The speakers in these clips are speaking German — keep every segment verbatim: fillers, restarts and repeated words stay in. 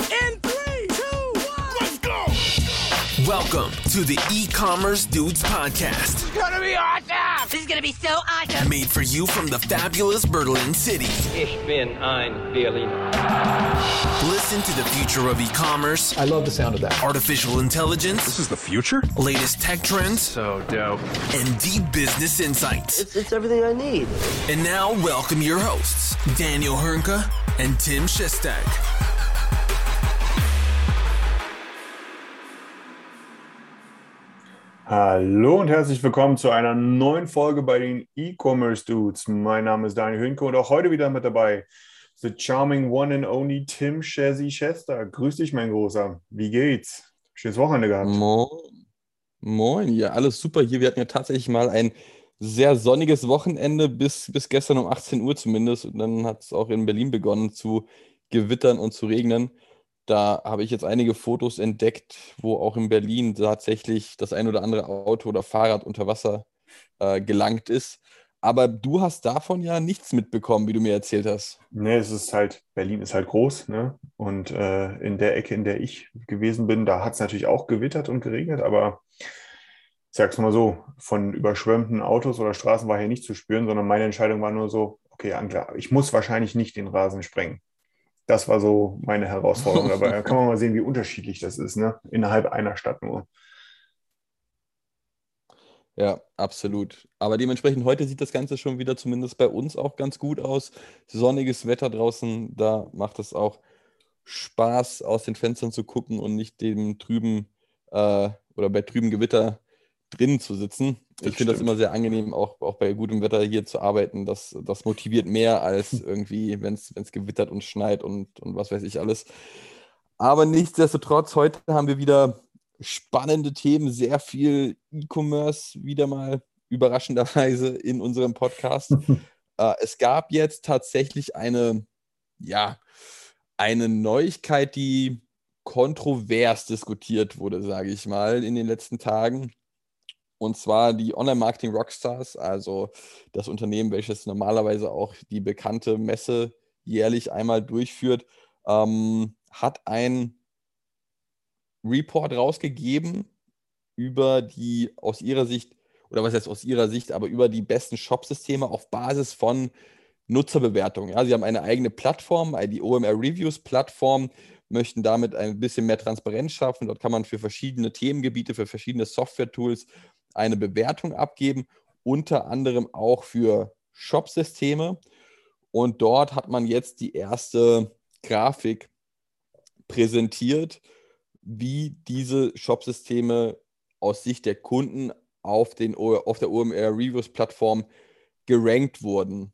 In three, two, one, let's go! Welcome to the E-Commerce Dudes Podcast. It's gonna be awesome! This is gonna be so awesome! Made for you from the fabulous Berlin City. Ich bin ein Berliner. Listen to the future of e-commerce. I love the sound of that. Artificial intelligence. This is the future? Latest tech trends. So dope. And deep business insights. It's, it's everything I need. And now, welcome your hosts, Daniel Hernke and Tim Shestag. Hallo und herzlich willkommen zu einer neuen Folge bei den E-Commerce Dudes. Mein Name ist Daniel Hernke und auch heute wieder mit dabei the charming one and only Tim Shazzy Chester. Grüß dich, mein Großer. Wie geht's? Schönes Wochenende gehabt. Moin. Moin, ja, alles super hier. Wir hatten ja tatsächlich mal ein sehr sonniges Wochenende, bis, bis gestern um achtzehn Uhr zumindest. Und dann hat es auch in Berlin begonnen zu gewittern und zu regnen. Da habe ich jetzt einige Fotos entdeckt, wo auch in Berlin tatsächlich das ein oder andere Auto oder Fahrrad unter Wasser äh, gelangt ist. Aber du hast davon ja nichts mitbekommen, wie du mir erzählt hast. Nee, es ist halt, Berlin ist halt groß, ne? Und äh, in der Ecke, in der ich gewesen bin, da hat es natürlich auch gewittert und geregnet, aber ich sag's mal so, von überschwemmten Autos oder Straßen war hier nicht zu spüren, sondern meine Entscheidung war nur so, okay, Angela, ich muss wahrscheinlich nicht den Rasen sprengen. Das war so meine Herausforderung. Aber da kann man mal sehen, wie unterschiedlich das ist, ne? Innerhalb einer Stadt nur. Ja, absolut. Aber dementsprechend heute sieht das Ganze schon wieder zumindest bei uns auch ganz gut aus. Sonniges Wetter draußen, da macht es auch Spaß, aus den Fenstern zu gucken und nicht dem trüben äh, oder bei trüben Gewitter drinnen zu sitzen. Das ich finde das stimmt. immer sehr angenehm, auch, auch bei gutem Wetter hier zu arbeiten. Das, das motiviert mehr als irgendwie, wenn es gewittert und schneit und, und was weiß ich alles. Aber nichtsdestotrotz, heute haben wir wieder spannende Themen, sehr viel E-Commerce wieder mal überraschenderweise in unserem Podcast. äh, es gab jetzt tatsächlich eine, ja, eine Neuigkeit, die kontrovers diskutiert wurde, sage ich mal, in den letzten Tagen. Und zwar die Online-Marketing Rockstars, also das Unternehmen, welches normalerweise auch die bekannte Messe jährlich einmal durchführt, ähm, hat ein Report rausgegeben über die aus ihrer Sicht, oder was heißt aus ihrer Sicht, aber über die besten Shop-Systeme auf Basis von Nutzerbewertungen. Ja, sie haben eine eigene Plattform, die O M R Reviews Plattform, möchten damit ein bisschen mehr Transparenz schaffen. Dort kann man für verschiedene Themengebiete, für verschiedene Software-Tools eine Bewertung abgeben, unter anderem auch für Shop-Systeme. Und dort hat man jetzt die erste Grafik präsentiert, wie diese Shop-Systeme aus Sicht der Kunden auf, den, auf der O M R Reviews Plattform gerankt wurden.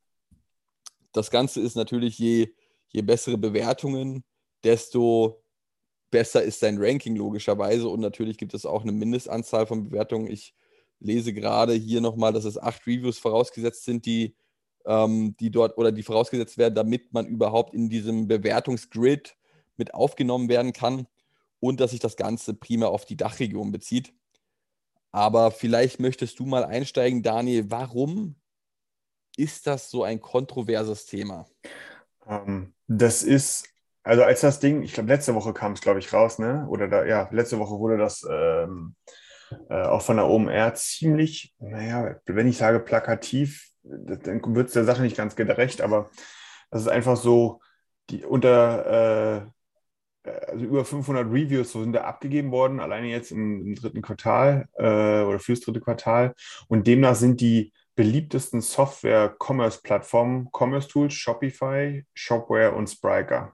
Das Ganze ist natürlich, je, je bessere Bewertungen, desto besser ist dein Ranking logischerweise. Und natürlich gibt es auch eine Mindestanzahl von Bewertungen. Ich lese gerade hier nochmal, dass es acht Reviews vorausgesetzt sind, die, ähm, die dort oder die vorausgesetzt werden, damit man überhaupt in diesem Bewertungsgrid mit aufgenommen werden kann. Und dass sich das Ganze primär auf die Dachregion bezieht. Aber vielleicht möchtest du mal einsteigen, Daniel, warum ist das so ein kontroverses Thema? Ähm, das ist, also als das Ding, ich glaube, letzte Woche kam es, glaube ich, raus, ne? Oder da, ja, letzte Woche wurde das ähm, äh, auch von der O M R ziemlich, naja, wenn ich sage plakativ, dann wird es der Sache nicht ganz gerecht, aber das ist einfach so, die unter äh, also über fünfhundert Reviews so sind da abgegeben worden, alleine jetzt im, im dritten Quartal äh, oder fürs dritte Quartal. Und demnach sind die beliebtesten Software-Commerce-Plattformen Commerce-Tools, Shopify, Shopware und Spryker.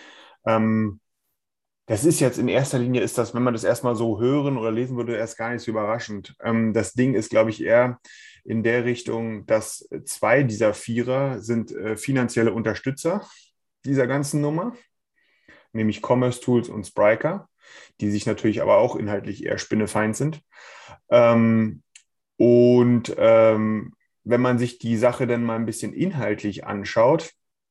Ähm, das ist jetzt in erster Linie, ist das, wenn man das erstmal so hören oder lesen würde, erst gar nicht so überraschend. Ähm, das Ding ist, glaube ich, eher in der Richtung, dass zwei dieser Vierer sind äh, finanzielle Unterstützer dieser ganzen Nummer, nämlich Commerce Tools und Spryker, die sich natürlich aber auch inhaltlich eher spinnefeind sind. Ähm, und ähm, wenn man sich die Sache dann mal ein bisschen inhaltlich anschaut,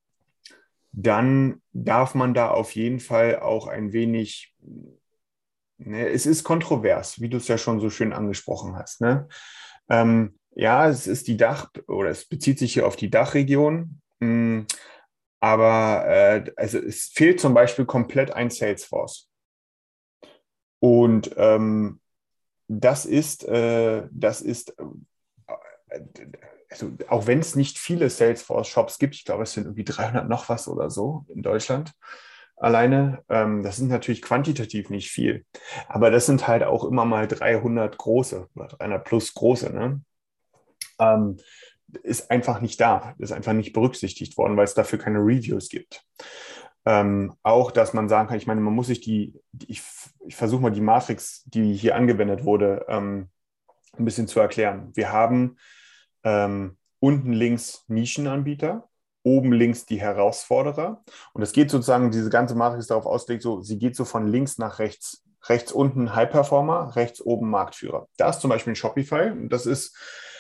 dann darf man da auf jeden Fall auch ein wenig, ne, es ist kontrovers, wie du es ja schon so schön angesprochen hast. Ne? Ähm, ja, es ist die Dach, oder es bezieht sich hier auf die Dachregion. Aber äh, also es fehlt zum Beispiel komplett ein Salesforce. Und ähm, das ist, äh, das ist äh, also auch wenn es nicht viele Salesforce-Shops gibt, ich glaube, es sind irgendwie dreihundert noch was oder so in Deutschland alleine, ähm, das sind natürlich quantitativ nicht viel. Aber das sind halt auch immer mal dreihundert große oder dreihundert plus große, ne? Ähm, ist einfach nicht da, ist einfach nicht berücksichtigt worden, weil es dafür keine Reviews gibt. Ähm, auch, dass man sagen kann, ich meine, man muss sich die, die ich, ich versuche mal die Matrix, die hier angewendet wurde, ähm, ein bisschen zu erklären. Wir haben ähm, unten links Nischenanbieter, oben links die Herausforderer. Und es geht sozusagen, diese ganze Matrix darauf ausgelegt, so, sie geht so von links nach rechts. Rechts unten High Performer, rechts oben Marktführer. Da ist zum Beispiel ein Shopify. Und das ist,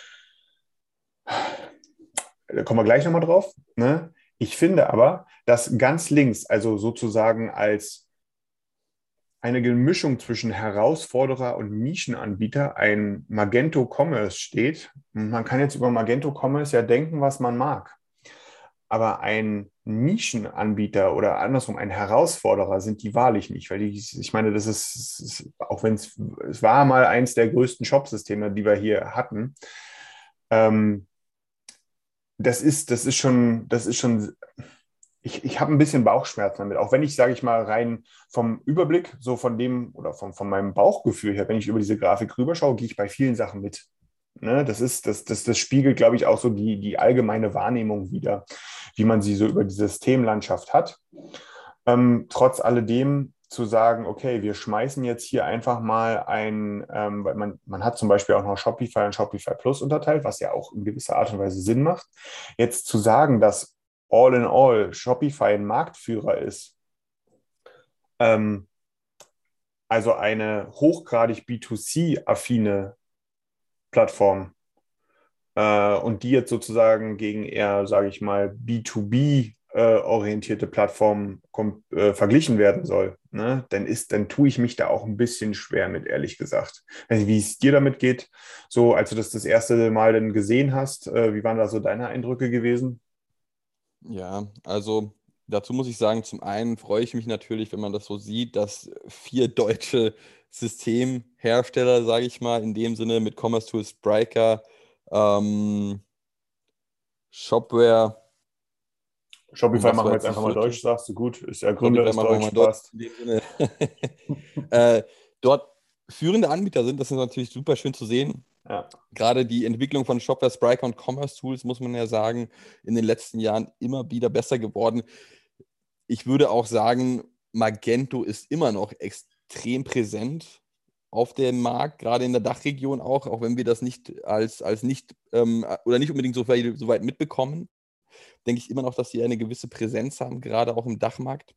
da kommen wir gleich nochmal drauf. Ne? Ich finde aber, dass ganz links, also sozusagen als eine Mischung zwischen Herausforderer und Nischenanbieter, ein Magento Commerce steht. Man kann jetzt über Magento Commerce ja denken, was man mag. Aber ein Nischenanbieter oder andersrum ein Herausforderer sind die wahrlich nicht. Weil die, ich meine, das ist, auch wenn es, es war mal eins der größten Shopsysteme, die wir hier hatten. Ähm, das ist, das ist schon, das ist schon, ich, ich habe ein bisschen Bauchschmerzen damit. Auch wenn ich, sage ich mal, rein vom Überblick, so von dem oder von, von meinem Bauchgefühl her, wenn ich über diese Grafik rüberschaue, gehe ich bei vielen Sachen mit. Ne, das ist, das, das, das spiegelt, glaube ich, auch so die, die allgemeine Wahrnehmung wider, wie man sie so über die Systemlandschaft hat. Ähm, trotz alledem zu sagen, okay, wir schmeißen jetzt hier einfach mal ein, ähm, weil man, man hat zum Beispiel auch noch Shopify und Shopify Plus unterteilt, was ja auch in gewisser Art und Weise Sinn macht. Jetzt zu sagen, dass all in all Shopify ein Marktführer ist, ähm, also eine hochgradig B zwei C-affine Plattform äh, und die jetzt sozusagen gegen eher, sage ich mal, B zwei B äh, orientierte Plattformen kom- äh, verglichen werden soll, ne? Dann ist, dann tue ich mich da auch ein bisschen schwer mit, ehrlich gesagt. Also, wie es dir damit geht, so als du das das erste Mal dann gesehen hast, äh, wie waren da so deine Eindrücke gewesen? Ja, also dazu muss ich sagen, zum einen freue ich mich natürlich, wenn man das so sieht, dass vier deutsche Systemhersteller, sage ich mal, in dem Sinne mit Commerce Tools, Spryker, ähm, Shopware und Shopify was machen war wir jetzt jetzt das einfach mal vierte? Deutsch, sagst du, gut, ist ja Gründer Shopify ist machen wir Deutsch, mal dort passt. in dem Sinne. äh, dort führende Anbieter sind, das ist natürlich super schön zu sehen. Ja. Gerade die Entwicklung von Shopware, Spryker und Commerce Tools, muss man ja sagen, in den letzten Jahren immer wieder besser geworden. Ich würde auch sagen, Magento ist immer noch extrem präsent auf dem Markt, gerade in der Dachregion auch, auch wenn wir das nicht als, als nicht ähm, oder nicht unbedingt so weit, so weit mitbekommen, denke ich immer noch, dass sie eine gewisse Präsenz haben, gerade auch im Dachmarkt.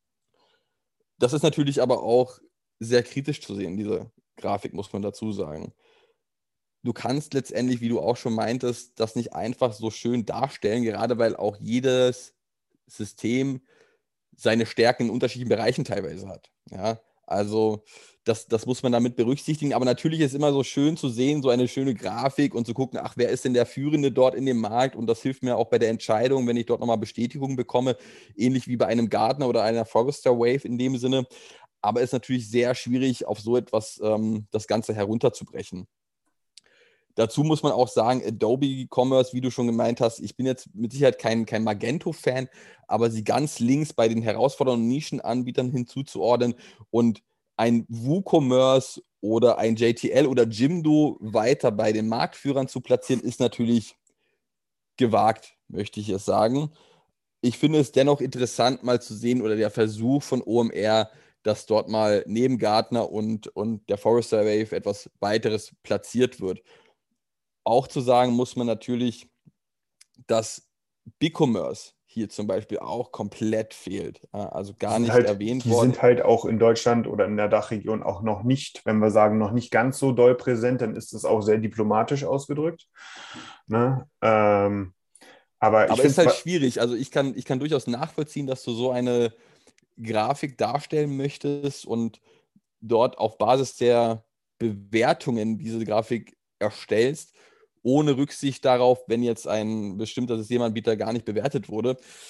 Das ist natürlich aber auch sehr kritisch zu sehen, diese Grafik, muss man dazu sagen. Du kannst letztendlich, wie du auch schon meintest, das nicht einfach so schön darstellen, gerade weil auch jedes System seine Stärken in unterschiedlichen Bereichen teilweise hat. Ja, also das, das muss man damit berücksichtigen. Aber natürlich ist es immer so schön zu sehen, so eine schöne Grafik und zu gucken, ach, wer ist denn der Führende dort in dem Markt? Und das hilft mir auch bei der Entscheidung, wenn ich dort nochmal Bestätigung bekomme, ähnlich wie bei einem Gartner oder einer Forrester Wave in dem Sinne. Aber es ist natürlich sehr schwierig, auf so etwas ähm, das Ganze herunterzubrechen. Dazu muss man auch sagen, Adobe Commerce, wie du schon gemeint hast, ich bin jetzt mit Sicherheit kein, kein Magento-Fan, aber sie ganz links bei den herausfordernden Nischenanbietern hinzuzuordnen und ein WooCommerce oder ein J T L oder Jimdo weiter bei den Marktführern zu platzieren, ist natürlich gewagt, möchte ich es sagen. Ich finde es dennoch interessant, mal zu sehen, oder der Versuch von O M R, dass dort mal neben Gartner und, und der Forrester Wave etwas weiteres platziert wird. Auch zu sagen muss man natürlich, dass BigCommerce hier zum Beispiel auch komplett fehlt. Also Die gar sind nicht halt, erwähnt die worden. sind halt auch in Deutschland oder in der Dachregion auch noch nicht, wenn wir sagen, noch nicht ganz so doll präsent, dann ist das auch sehr diplomatisch ausgedrückt. Ne? Ähm, aber ich Aber es ist finde halt es, schwierig. Also ich kann, ich kann durchaus nachvollziehen, dass du so eine Grafik darstellen möchtest und dort auf Basis der Bewertungen diese Grafik erstellst, ohne Rücksicht darauf, wenn jetzt ein bestimmter Systemanbieter gar nicht bewertet wurde.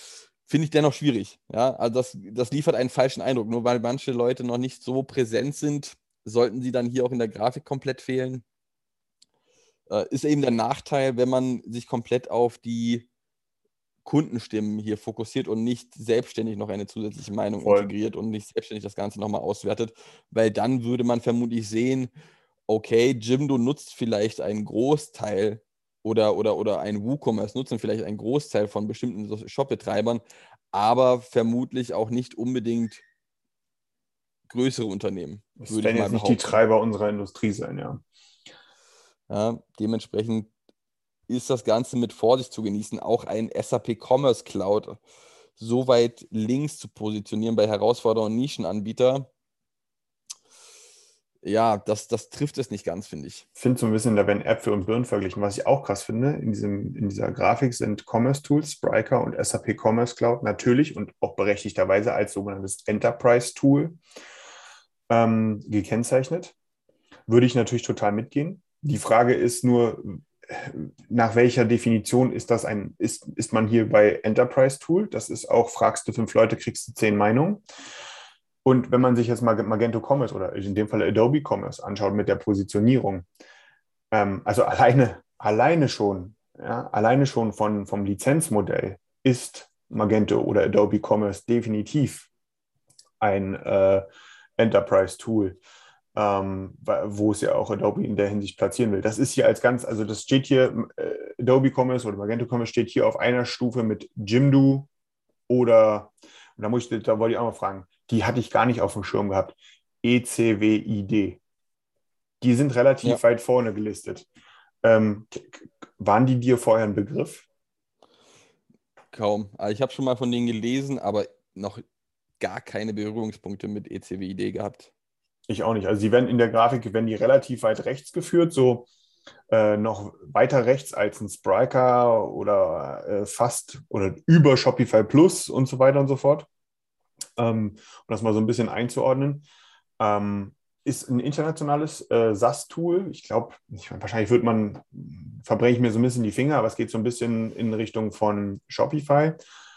finde ich dennoch schwierig. Ja? Also das, das liefert einen falschen Eindruck. Nur weil manche Leute noch nicht so präsent sind, sollten sie dann hier auch in der Grafik komplett fehlen. Äh, ist eben der Nachteil, wenn man sich komplett auf die Kundenstimmen hier fokussiert und nicht selbstständig noch eine zusätzliche Meinung Voll. integriert und nicht selbstständig das Ganze nochmal auswertet, weil dann würde man vermutlich sehen, okay, Jimdo nutzt vielleicht einen Großteil oder, oder, oder ein WooCommerce nutzen vielleicht einen Großteil von bestimmten Shop-Betreibern, aber vermutlich auch nicht unbedingt größere Unternehmen. Das würde ich werden mal jetzt nicht die behaupten. Treiber unserer Industrie sein, ja. Ja, dementsprechend ist das Ganze mit Vorsicht zu genießen, auch ein S A P Commerce Cloud so weit links zu positionieren bei Herausforderer und Nischenanbieter. Ja, das, das trifft es nicht ganz, finde ich. Ich finde so ein bisschen, da werden Äpfel und Birnen verglichen. Was ich auch krass finde, in, diesem, in dieser Grafik sind Commerce Tools, Spryker und S A P Commerce Cloud natürlich und auch berechtigterweise als sogenanntes Enterprise Tool ähm, gekennzeichnet. Würde ich natürlich total mitgehen. Die Frage ist nur, nach welcher Definition ist das ein, ist, ist man hier bei Enterprise Tool? Das ist auch, fragst du fünf Leute, kriegst du zehn Meinungen. Und wenn man sich jetzt mal Magento Commerce oder in dem Fall Adobe Commerce anschaut mit der Positionierung, ähm, also alleine, alleine schon, ja, alleine schon von, vom Lizenzmodell ist Magento oder Adobe Commerce definitiv ein äh, Enterprise Tool. Ähm, wo es ja auch Adobe in der Hinsicht platzieren will. Das ist hier als ganz, also das steht hier, äh, Adobe Commerce oder Magento Commerce steht hier auf einer Stufe mit Jimdo oder, und da, muss ich, da wollte ich auch mal fragen, die hatte ich gar nicht auf dem Schirm gehabt, E C W I D. Die sind relativ Ja. weit vorne gelistet. Ähm, waren die dir vorher ein Begriff? Kaum. Also ich habe schon mal von denen gelesen, aber noch gar keine Berührungspunkte mit E C W I D gehabt. Ich auch nicht. Also sie werden in der Grafik, werden die relativ weit rechts geführt, so äh, noch weiter rechts als ein Spryker oder äh, fast oder über Shopify Plus und so weiter und so fort. Ähm, um das mal so ein bisschen einzuordnen. Ähm, ist ein internationales äh, SaaS-Tool. Ich glaube, wahrscheinlich wird man, verbrenne ich mir so ein bisschen die Finger, aber es geht so ein bisschen in Richtung von Shopify.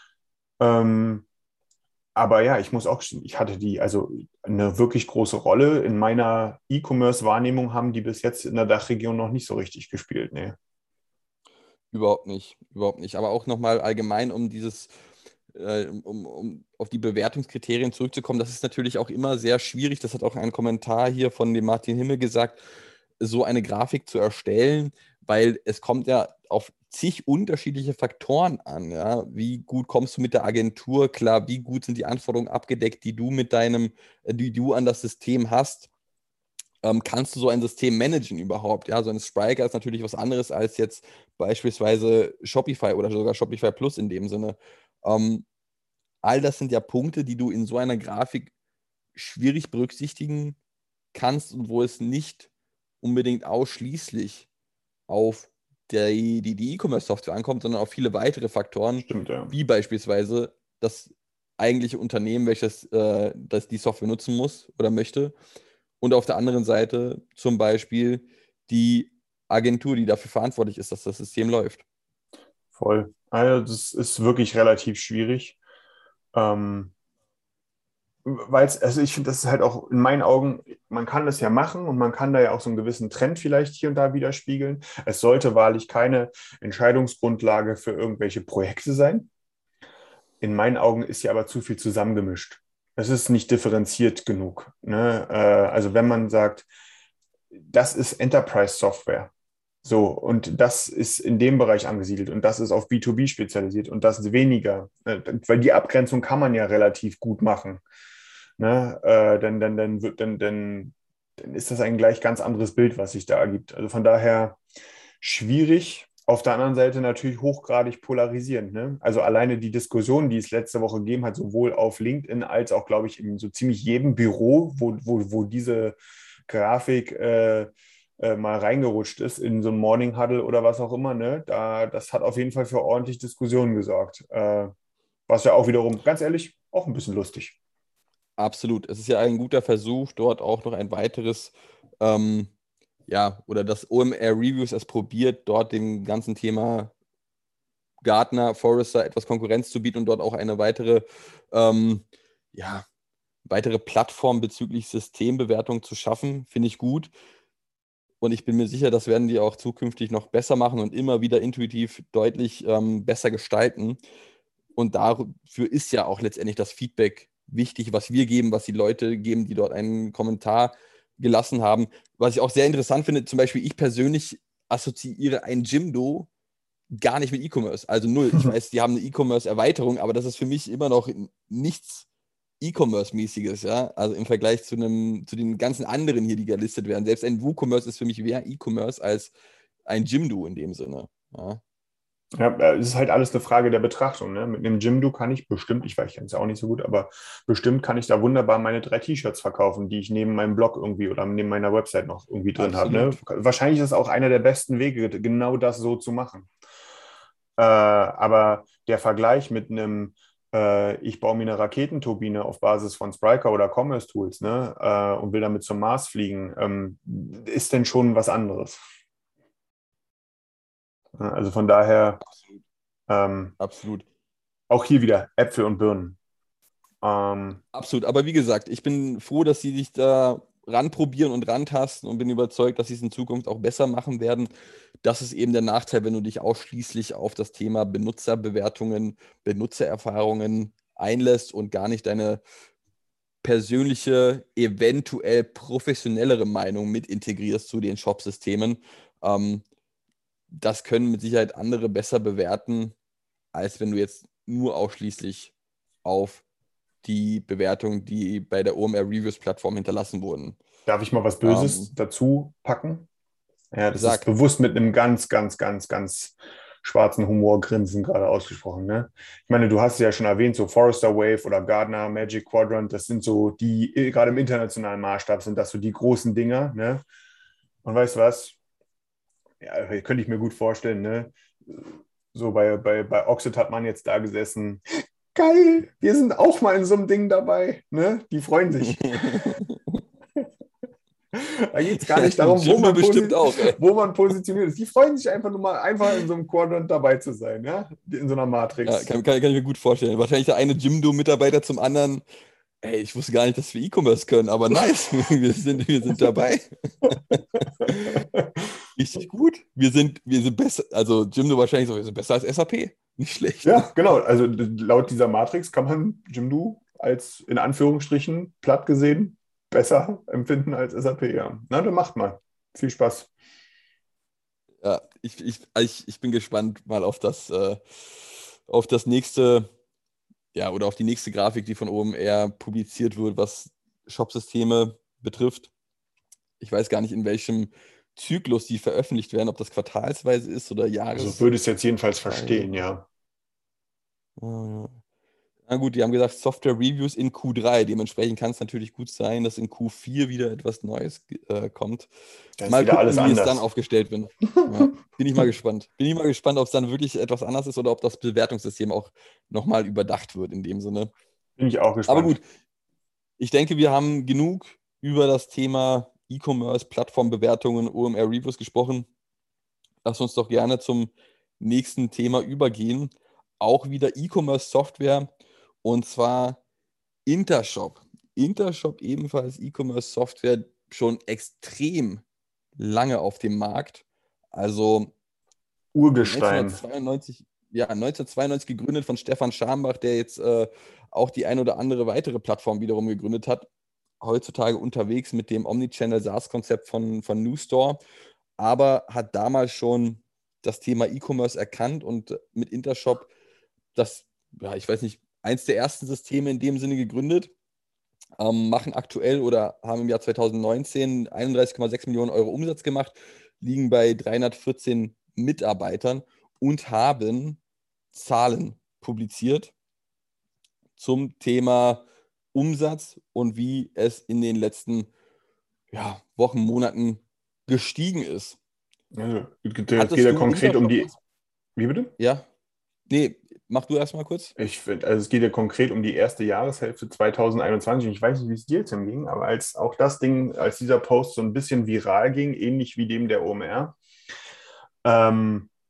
Ähm, Aber ja, ich muss auch, ich hatte die, also eine wirklich große Rolle in meiner E-Commerce-Wahrnehmung haben die bis jetzt in der Dachregion noch nicht so richtig gespielt. Nee. Überhaupt nicht, überhaupt nicht. Aber auch nochmal allgemein, um dieses, äh, um, um auf die Bewertungskriterien zurückzukommen, das ist natürlich auch immer sehr schwierig. Das hat auch ein Kommentar hier von dem Martin Himmel gesagt, so eine Grafik zu erstellen, weil es kommt ja auf zig unterschiedliche Faktoren an. Ja? Wie gut kommst du mit der Agentur klar? Wie gut sind die Anforderungen abgedeckt, die du mit deinem, die du an das System hast? Ähm, kannst du so ein System managen überhaupt? Ja, so ein Spryker ist natürlich was anderes als jetzt beispielsweise Shopify oder sogar Shopify Plus in dem Sinne. Ähm, all das sind ja Punkte, die du in so einer Grafik schwierig berücksichtigen kannst und wo es nicht unbedingt ausschließlich auf die, die, die E-Commerce-Software ankommt, sondern auf viele weitere Faktoren, Stimmt, ja. wie beispielsweise das eigentliche Unternehmen, welches äh, das die Software nutzen muss oder möchte. Und auf der anderen Seite zum Beispiel die Agentur, die dafür verantwortlich ist, dass das System läuft. Voll. Also das ist wirklich relativ schwierig. Ähm, weil es, also ich finde, das ist halt auch in meinen Augen, man kann das ja machen und man kann da ja auch so einen gewissen Trend vielleicht hier und da widerspiegeln. Es sollte wahrlich keine Entscheidungsgrundlage für irgendwelche Projekte sein. In meinen Augen ist hier aber zu viel zusammengemischt. Es ist nicht differenziert genug. Ne? Äh, also wenn man sagt, das ist Enterprise-Software, so, und das ist in dem Bereich angesiedelt und das ist auf B zwei B spezialisiert und das ist weniger, äh, weil die Abgrenzung kann man ja relativ gut machen. Ne? Äh, dann, dann, dann, wird, dann, dann, dann ist das ein gleich ganz anderes Bild, was sich da ergibt. Also von daher schwierig. Auf der anderen Seite natürlich hochgradig polarisierend. Ne? Also alleine die Diskussion, die es letzte Woche gegeben hat, sowohl auf LinkedIn als auch, glaube ich, in so ziemlich jedem Büro, wo, wo, wo diese Grafik äh, äh, mal reingerutscht ist, in so ein Morning Huddle oder was auch immer. Ne? Da, das hat auf jeden Fall für ordentlich Diskussionen gesorgt. Äh, was ja auch wiederum, ganz ehrlich, auch ein bisschen lustig. Absolut. Es ist ja ein guter Versuch, dort auch noch ein weiteres, ähm, ja, oder das O M R Reviews es probiert, dort dem ganzen Thema Gartner, Forrester etwas Konkurrenz zu bieten und dort auch eine weitere, ähm, ja, weitere Plattform bezüglich Systembewertung zu schaffen, finde ich gut. Und ich bin mir sicher, das werden die auch zukünftig noch besser machen und immer wieder intuitiv deutlich ähm, besser gestalten. Und dafür ist ja auch letztendlich das Feedback wichtig, was wir geben, was die Leute geben, die dort einen Kommentar gelassen haben. Was ich auch sehr interessant finde, zum Beispiel ich persönlich assoziiere ein Jimdo gar nicht mit E-Commerce. Also null. Ich weiß, die haben eine E-Commerce-Erweiterung, aber das ist für mich immer noch nichts E-Commerce-mäßiges, ja. Also im Vergleich zu einem, zu den ganzen anderen hier, die gelistet werden. Selbst ein WooCommerce ist für mich mehr E-Commerce als ein Jimdo in dem Sinne. Ja. Ja, es ist halt alles eine Frage der Betrachtung. Ne? Mit einem Jimdo kann ich bestimmt, ich weiß, ich kenne es ja auch nicht so gut, aber bestimmt kann ich da wunderbar meine drei T-Shirts verkaufen, die ich neben meinem Blog irgendwie oder neben meiner Website noch irgendwie drin habe. Ne? Wahrscheinlich ist es auch einer der besten Wege, genau das so zu machen. Äh, aber der Vergleich mit einem, äh, ich baue mir eine Raketenturbine auf Basis von Spryker oder Commerce Tools, ne? äh, und will damit zum Mars fliegen, ähm, ist denn schon was anderes. Also von daher, Absolut. Ähm, Absolut. Auch hier wieder Äpfel und Birnen. Ähm, Absolut, aber wie gesagt, ich bin froh, dass sie sich da ranprobieren und rantasten und bin überzeugt, dass sie es in Zukunft auch besser machen werden. Das ist eben der Nachteil, wenn du dich ausschließlich auf das Thema Benutzerbewertungen, Benutzererfahrungen einlässt und gar nicht deine persönliche, eventuell professionellere Meinung mit integrierst zu den Shop-Systemen. Ähm, das können mit Sicherheit andere besser bewerten, als wenn du jetzt nur ausschließlich auf die Bewertungen, die bei der O M R Reviews-Plattform hinterlassen wurden. Darf ich mal was Böses Ähm, dazu packen? Ja, das sag. ist bewusst mit einem ganz, ganz, ganz, ganz schwarzen Humorgrinsen gerade ausgesprochen. Ne? Ich meine, du hast es ja schon erwähnt, so Forrester Wave oder Gartner Magic Quadrant, das sind so die, gerade im internationalen Maßstab sind das so die großen Dinger. Ne? Und weißt du was? Ja, könnte ich mir gut vorstellen, ne? So bei, bei, bei Oxid hat man jetzt da gesessen. Geil, wir sind auch mal in so einem Ding dabei. Ne? Die freuen sich. Da geht es gar nicht darum, wo man, bestimmt auch, wo man positioniert ist. Die freuen sich einfach nur mal, einfach in so einem Quadrant dabei zu sein, ja? In so einer Matrix. Ja, kann, kann, kann ich mir gut vorstellen. Wahrscheinlich der eine Jimdo-Mitarbeiter zum anderen. Ey, ich wusste gar nicht, dass wir E-Commerce können, aber nice, wir sind, wir sind dabei. Richtig gut. Wir sind, wir sind besser, also Jimdo wahrscheinlich so, wir sind besser als S A P. Nicht schlecht. Ja, genau. Also laut dieser Matrix kann man Jimdo als in Anführungsstrichen platt gesehen besser empfinden als S A P, ja. Na, dann macht mal. Viel Spaß. Ja, ich, ich, ich, ich bin gespannt mal auf das, äh, auf das nächste, ja, oder auf die nächste Grafik, die von O M R publiziert wird, was Shopsysteme betrifft. Ich weiß gar nicht, in welchem Zyklus die veröffentlicht werden, ob das quartalsweise ist oder Jahres. Also würde es jetzt jedenfalls verstehen, ja. Na gut, die haben gesagt, Software-Reviews in Q drei. Dementsprechend kann es natürlich gut sein, dass in Q vier wieder etwas Neues äh, kommt. Da ist mal wieder gucken, alles wie anders. es dann aufgestellt wird. Ja, bin ich mal gespannt. Bin ich mal gespannt, ob es dann wirklich etwas anders ist oder ob das Bewertungssystem auch nochmal überdacht wird in dem Sinne. Bin ich auch gespannt. Aber gut, ich denke, wir haben genug über das Thema E-Commerce, Plattformbewertungen, O M R-Reviews gesprochen. Lass uns doch gerne zum nächsten Thema übergehen. Auch wieder E-Commerce-Software und zwar Intershop. Intershop ebenfalls E-Commerce-Software, schon extrem lange auf dem Markt. Also Urgestein. neunzehnhundertzweiundneunzig, ja, neunzehnhundertzweiundneunzig gegründet von Stefan Schambach, der jetzt äh, auch die ein oder andere weitere Plattform wiederum gegründet hat. Heutzutage unterwegs mit dem Omnichannel SaaS-Konzept von, von NewStore, aber hat damals schon das Thema E-Commerce erkannt und mit Intershop das, ja, ich weiß nicht, eins der ersten Systeme in dem Sinne gegründet, ähm, machen aktuell oder haben im Jahr zweitausendneunzehn einunddreißig Komma sechs Millionen Euro Umsatz gemacht, liegen bei dreihundertvierzehn Mitarbeitern und haben Zahlen publiziert zum Thema Umsatz und wie es in den letzten ja, Wochen, Monaten gestiegen ist. Also, es geht ja konkret um die. Wie bitte? Ja. Nee, mach du erstmal kurz. Ich finde, also es geht ja konkret um die erste Jahreshälfte zweitausendeinundzwanzig. Ich weiß nicht, wie es dir jetzt hinging, aber als auch das Ding, als dieser Post so ein bisschen viral ging, ähnlich wie dem der O M R, ähm,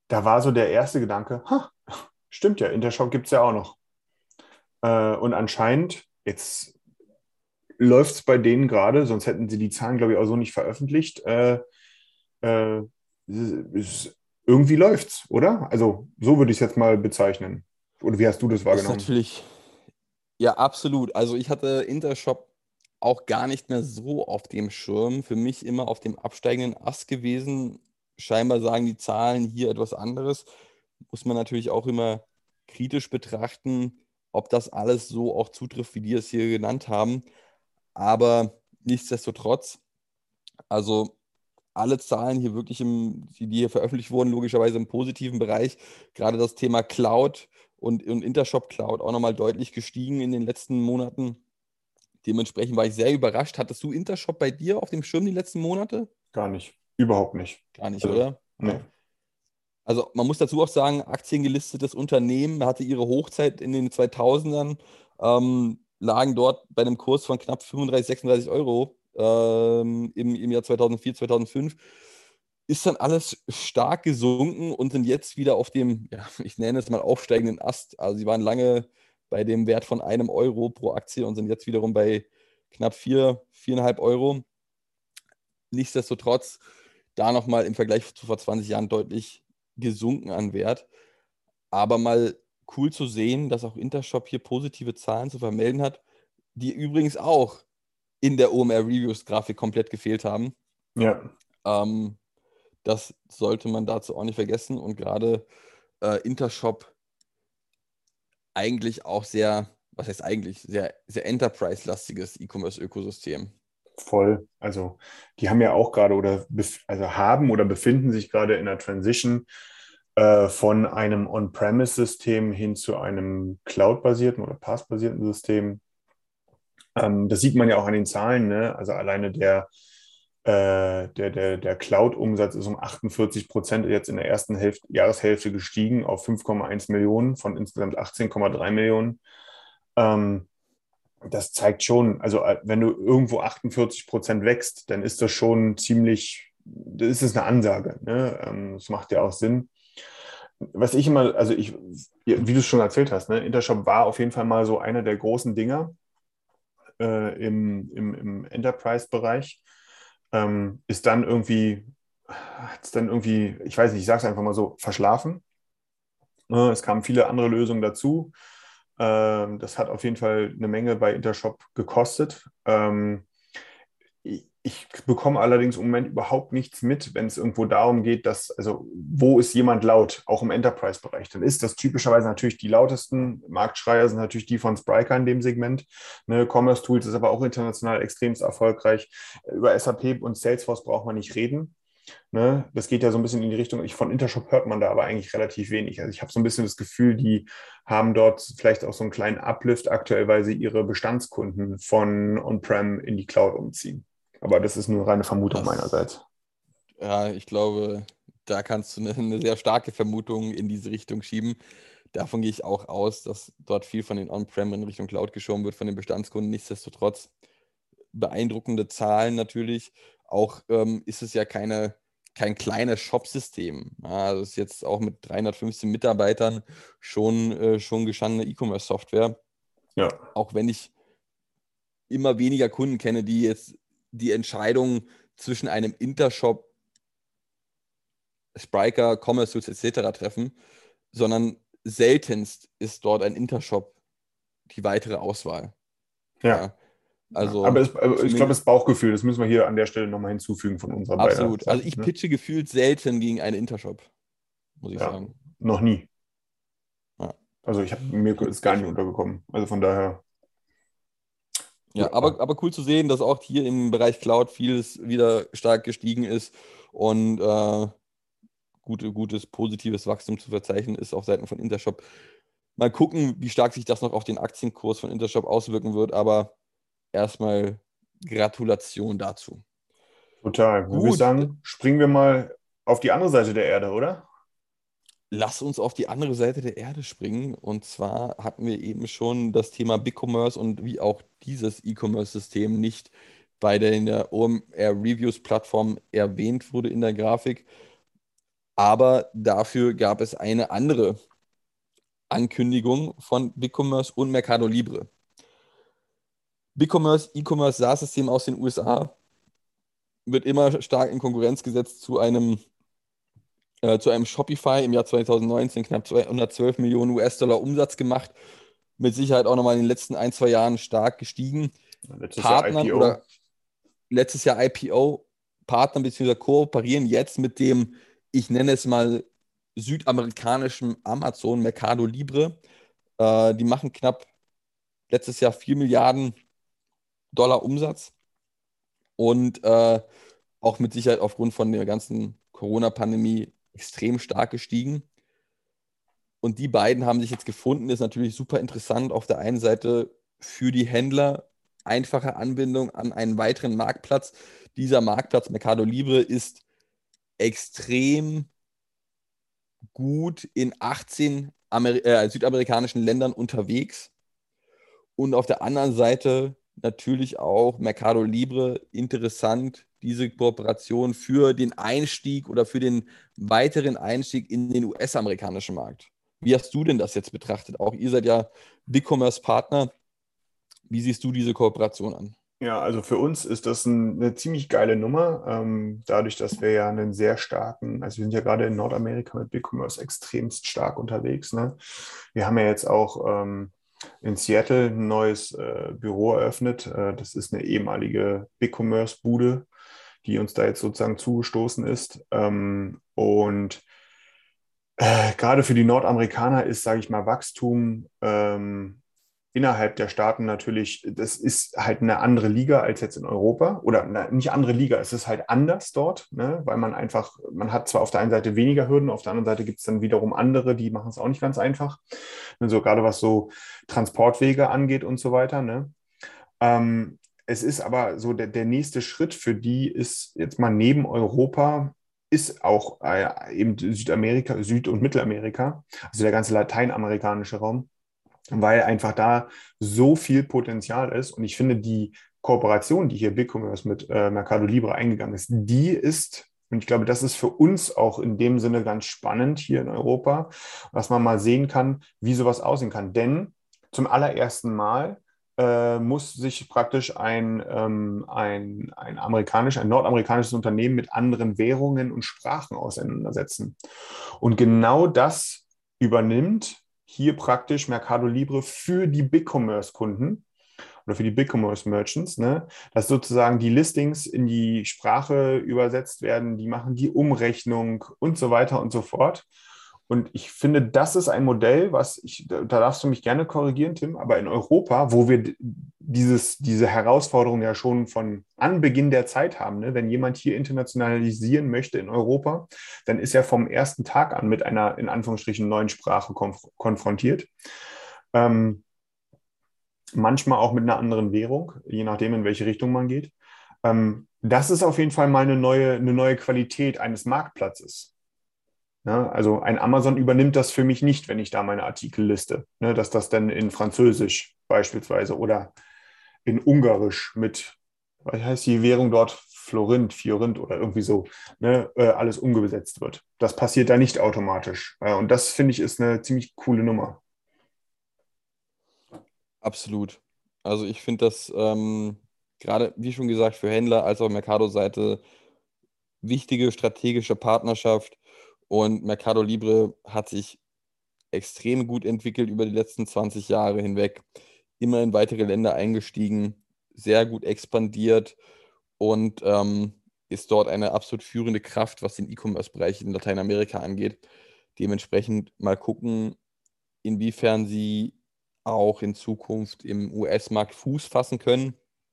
da war so der erste Gedanke, ha, stimmt ja, Intershop gibt es ja auch noch. Äh, und anscheinend, jetzt läuft es bei denen gerade, sonst hätten sie die Zahlen, glaube ich, auch so nicht veröffentlicht. Äh, äh, ist, irgendwie läuft's, oder? Also so würde ich es jetzt mal bezeichnen. Oder wie hast du das Ist wahrgenommen? natürlich, ja, absolut. Also ich hatte Intershop auch gar nicht mehr so auf dem Schirm. Für mich immer auf dem absteigenden Ast gewesen. Scheinbar sagen die Zahlen hier etwas anderes. Muss man natürlich auch immer kritisch betrachten, ob das alles so auch zutrifft, wie die es hier genannt haben. Aber nichtsdestotrotz, also alle Zahlen hier wirklich, im, die, die hier veröffentlicht wurden, logischerweise im positiven Bereich. Gerade das Thema Cloud und, und Intershop Cloud auch nochmal deutlich gestiegen in den letzten Monaten. Dementsprechend war ich sehr überrascht. Hattest du Intershop bei dir auf dem Schirm die letzten Monate? Gar nicht. Überhaupt nicht. Gar nicht, Also, oder? nee. Ja. Also man muss dazu auch sagen, aktiengelistetes Unternehmen hatte ihre Hochzeit in den zweitausendern, ähm, lagen dort bei einem Kurs von knapp fünfunddreißig, sechsunddreißig Euro ähm, im, im Jahr zweitausendvier, zweitausendfünf. Ist dann alles stark gesunken und sind jetzt wieder auf dem, ja, ich nenne es mal aufsteigenden Ast. Also sie waren lange bei dem Wert von einem Euro pro Aktie und sind jetzt wiederum bei knapp vier, viereinhalb Euro. Nichtsdestotrotz da nochmal im Vergleich zu vor zwanzig Jahren deutlich gesunken an Wert. Aber mal cool zu sehen, dass auch Intershop hier positive Zahlen zu vermelden hat, die übrigens auch in der O M R-Reviews-Grafik komplett gefehlt haben. Ja. Ähm, das sollte man dazu auch nicht vergessen. Und gerade äh, Intershop eigentlich auch sehr, was heißt eigentlich, sehr, sehr Enterprise-lastiges E-Commerce-Ökosystem. Voll. Also die haben ja auch gerade oder bef- also haben oder befinden sich gerade in der Transition äh, von einem On-Premise-System hin zu einem Cloud-basierten oder PaaS-basierten System. Ähm, das sieht man ja auch an den Zahlen, ne? Also alleine der, äh, der, der, der Cloud-Umsatz ist um achtundvierzig Prozent jetzt in der ersten Hälfte, Jahreshälfte gestiegen auf fünf Komma eins Millionen von insgesamt achtzehn Komma drei Millionen. Ähm, Das zeigt schon, also äh, wenn du irgendwo achtundvierzig Prozent wächst, dann ist das schon ziemlich, das ist es eine Ansage. Ne? Ähm, Das macht ja auch Sinn. Was ich immer, also ich, wie du es schon erzählt hast, ne, Intershop war auf jeden Fall mal so einer der großen Dinger äh, im, im, im Enterprise-Bereich. Ähm, ist dann irgendwie, hat es dann irgendwie, ich weiß nicht, ich sage es einfach mal so, verschlafen. Äh, Es kamen viele andere Lösungen dazu. Ähm, Das hat auf jeden Fall eine Menge bei Intershop gekostet. Ähm, Ich ich bekomme allerdings im Moment überhaupt nichts mit, wenn es irgendwo darum geht, dass, also wo ist jemand laut, auch im Enterprise-Bereich. Dann ist das typischerweise natürlich die lautesten Marktschreier sind natürlich die von Spryker in dem Segment. Ne, Commerce Tools ist aber auch international extremst erfolgreich. Über S A P und Salesforce braucht man nicht reden. Ne? Das geht ja so ein bisschen in die Richtung, ich, von Intershop hört man da aber eigentlich relativ wenig. Also ich habe so ein bisschen das Gefühl, die haben dort vielleicht auch so einen kleinen Uplift aktuell, weil sie ihre Bestandskunden von On-Prem in die Cloud umziehen. Aber das ist nur reine Vermutung Das, meinerseits. ja, ich glaube, da kannst du eine, eine sehr starke Vermutung in diese Richtung schieben. Davon gehe ich auch aus, dass dort viel von den On-Prem in Richtung Cloud geschoben wird, von den Bestandskunden. Nichtsdestotrotz beeindruckende Zahlen natürlich. Auch ähm, ist es ja keine, kein kleines Shop-System. Ja, also es ist jetzt auch mit dreihundertfünfzehn Mitarbeitern schon, äh, schon gestandene E-Commerce-Software. Ja, Auch wenn ich immer weniger Kunden kenne, die jetzt die Entscheidung zwischen einem Intershop, Spryker, Commerce Tools et cetera treffen, sondern seltenst ist dort ein Intershop die weitere Auswahl. ja. Ja, Ja. Aber, also es, aber ich glaube, zumindest das Bauchgefühl, das müssen wir hier an der Stelle nochmal hinzufügen von unserer beider absolut. Also Seiten. ich Ne? pitche gefühlt selten gegen einen Intershop, muss ich Ja, sagen. noch nie. Ja, Also ich habe mir ist gar nicht untergekommen. Also von daher, ja, ja, aber, aber cool zu sehen, dass auch hier im Bereich Cloud vieles wieder stark gestiegen ist und äh, gute, gutes, positives Wachstum zu verzeichnen ist auf Seiten von Intershop. Mal gucken, wie stark sich das noch auf den Aktienkurs von Intershop auswirken wird, aber erstmal Gratulation dazu. total. Dann würde ich Gut, sagen, springen wir mal auf die andere Seite der Erde, oder? lass uns auf die andere Seite der Erde springen. Und zwar hatten wir eben schon das Thema BigCommerce und wie auch dieses E-Commerce-System nicht bei der, in der O M R-Reviews-Plattform erwähnt wurde in der Grafik. Aber dafür gab es eine andere Ankündigung von BigCommerce und Mercado Libre. BigCommerce, E-Commerce, SaaS-System aus den U S A, wird immer stark in Konkurrenz gesetzt zu einem, äh, zu einem Shopify im Jahr zweitausendneunzehn, knapp zweihundertzwölf Millionen U S-Dollar Umsatz gemacht, mit Sicherheit auch nochmal in den letzten ein, zwei Jahren stark gestiegen. Letztes Partnern Jahr I P O. oder letztes Jahr I P O, Partnern bzw. kooperieren jetzt mit dem, ich nenne es mal, südamerikanischen Amazon, Mercado Libre. Äh, die machen knapp letztes Jahr vier Milliarden Dollar Umsatz und äh, auch mit Sicherheit aufgrund von der ganzen Corona-Pandemie extrem stark gestiegen. Und die beiden haben sich jetzt gefunden, ist natürlich super interessant. Auf der einen Seite für die Händler einfache Anbindung an einen weiteren Marktplatz. Dieser Marktplatz Mercado Libre ist extrem gut in achtzehn Ameri- äh, südamerikanischen Ländern unterwegs. Und auf der anderen Seite natürlich auch Mercado Libre interessant, diese Kooperation für den Einstieg oder für den weiteren Einstieg in den U S-amerikanischen Markt. Wie hast du denn das jetzt betrachtet? Auch ihr seid ja BigCommerce-Partner. Wie siehst du diese Kooperation an? Ja, also für uns ist das ein, eine ziemlich geile Nummer, ähm, dadurch, dass wir ja einen sehr starken, also wir sind ja gerade in Nordamerika mit BigCommerce extremst stark unterwegs. Ne? Wir haben ja jetzt auch ähm, in Seattle ein neues äh, Büro eröffnet. Äh, das ist eine ehemalige BigCommerce-Bude, die uns da jetzt sozusagen zugestoßen ist. Ähm, und äh, gerade für die Nordamerikaner ist, sage ich mal, Wachstum ähm, innerhalb der Staaten natürlich, das ist halt eine andere Liga als jetzt in Europa oder na, nicht andere Liga, es ist halt anders dort, ne? Weil man einfach, man hat zwar auf der einen Seite weniger Hürden, auf der anderen Seite gibt es dann wiederum andere, die machen es auch nicht ganz einfach. Also gerade was so Transportwege angeht und so weiter. Ne? Ähm, es ist aber so, der, der nächste Schritt für die ist jetzt mal neben Europa, ist auch äh, eben Südamerika, Süd- und Mittelamerika, also der ganze lateinamerikanische Raum, weil einfach da so viel Potenzial ist. Und ich finde, die Kooperation, die hier BigCommerce mit äh, Mercado Libre eingegangen ist, die ist, und ich glaube, das ist für uns auch in dem Sinne ganz spannend hier in Europa, dass man mal sehen kann, wie sowas aussehen kann. Denn zum allerersten Mal äh, muss sich praktisch ein, ähm, ein, ein amerikanisches, ein nordamerikanisches Unternehmen mit anderen Währungen und Sprachen auseinandersetzen. Und genau das übernimmt hier praktisch Mercado Libre für die BigCommerce-Kunden oder für die BigCommerce-Merchants, ne, dass sozusagen die Listings in die Sprache übersetzt werden, die machen die Umrechnung und so weiter und so fort. Und ich finde, das ist ein Modell, was ich, da darfst du mich gerne korrigieren, Tim, aber in Europa, wo wir dieses, diese Herausforderung ja schon von Anbeginn der Zeit haben, ne? Wenn jemand hier internationalisieren möchte in Europa, dann ist er vom ersten Tag an mit einer, in Anführungsstrichen, neuen Sprache konf- konfrontiert. Ähm, manchmal auch mit einer anderen Währung, je nachdem, in welche Richtung man geht. Ähm, das ist auf jeden Fall mal eine neue, eine neue Qualität eines Marktplatzes. Ja, also ein Amazon übernimmt das für mich nicht, wenn ich da meine Artikel liste, ne, dass das dann in Französisch beispielsweise oder in Ungarisch mit, was heißt die Währung dort, Florint, Fiorint oder irgendwie so, ne, äh, alles umgesetzt wird. Das passiert da nicht automatisch. Äh, und das, finde ich, ist eine ziemlich coole Nummer. Absolut. Also ich finde das ähm, gerade, wie schon gesagt, für Händler als auch Mercado-Seite wichtige strategische Partnerschaft. Und Mercado Libre hat sich extrem gut entwickelt über die letzten zwanzig Jahre hinweg, immer in weitere Länder eingestiegen, sehr gut expandiert und ähm, ist dort eine absolut führende Kraft, was den E-Commerce-Bereich in Lateinamerika angeht. Dementsprechend mal gucken, inwiefern sie auch in Zukunft im U S-Markt Fuß fassen können.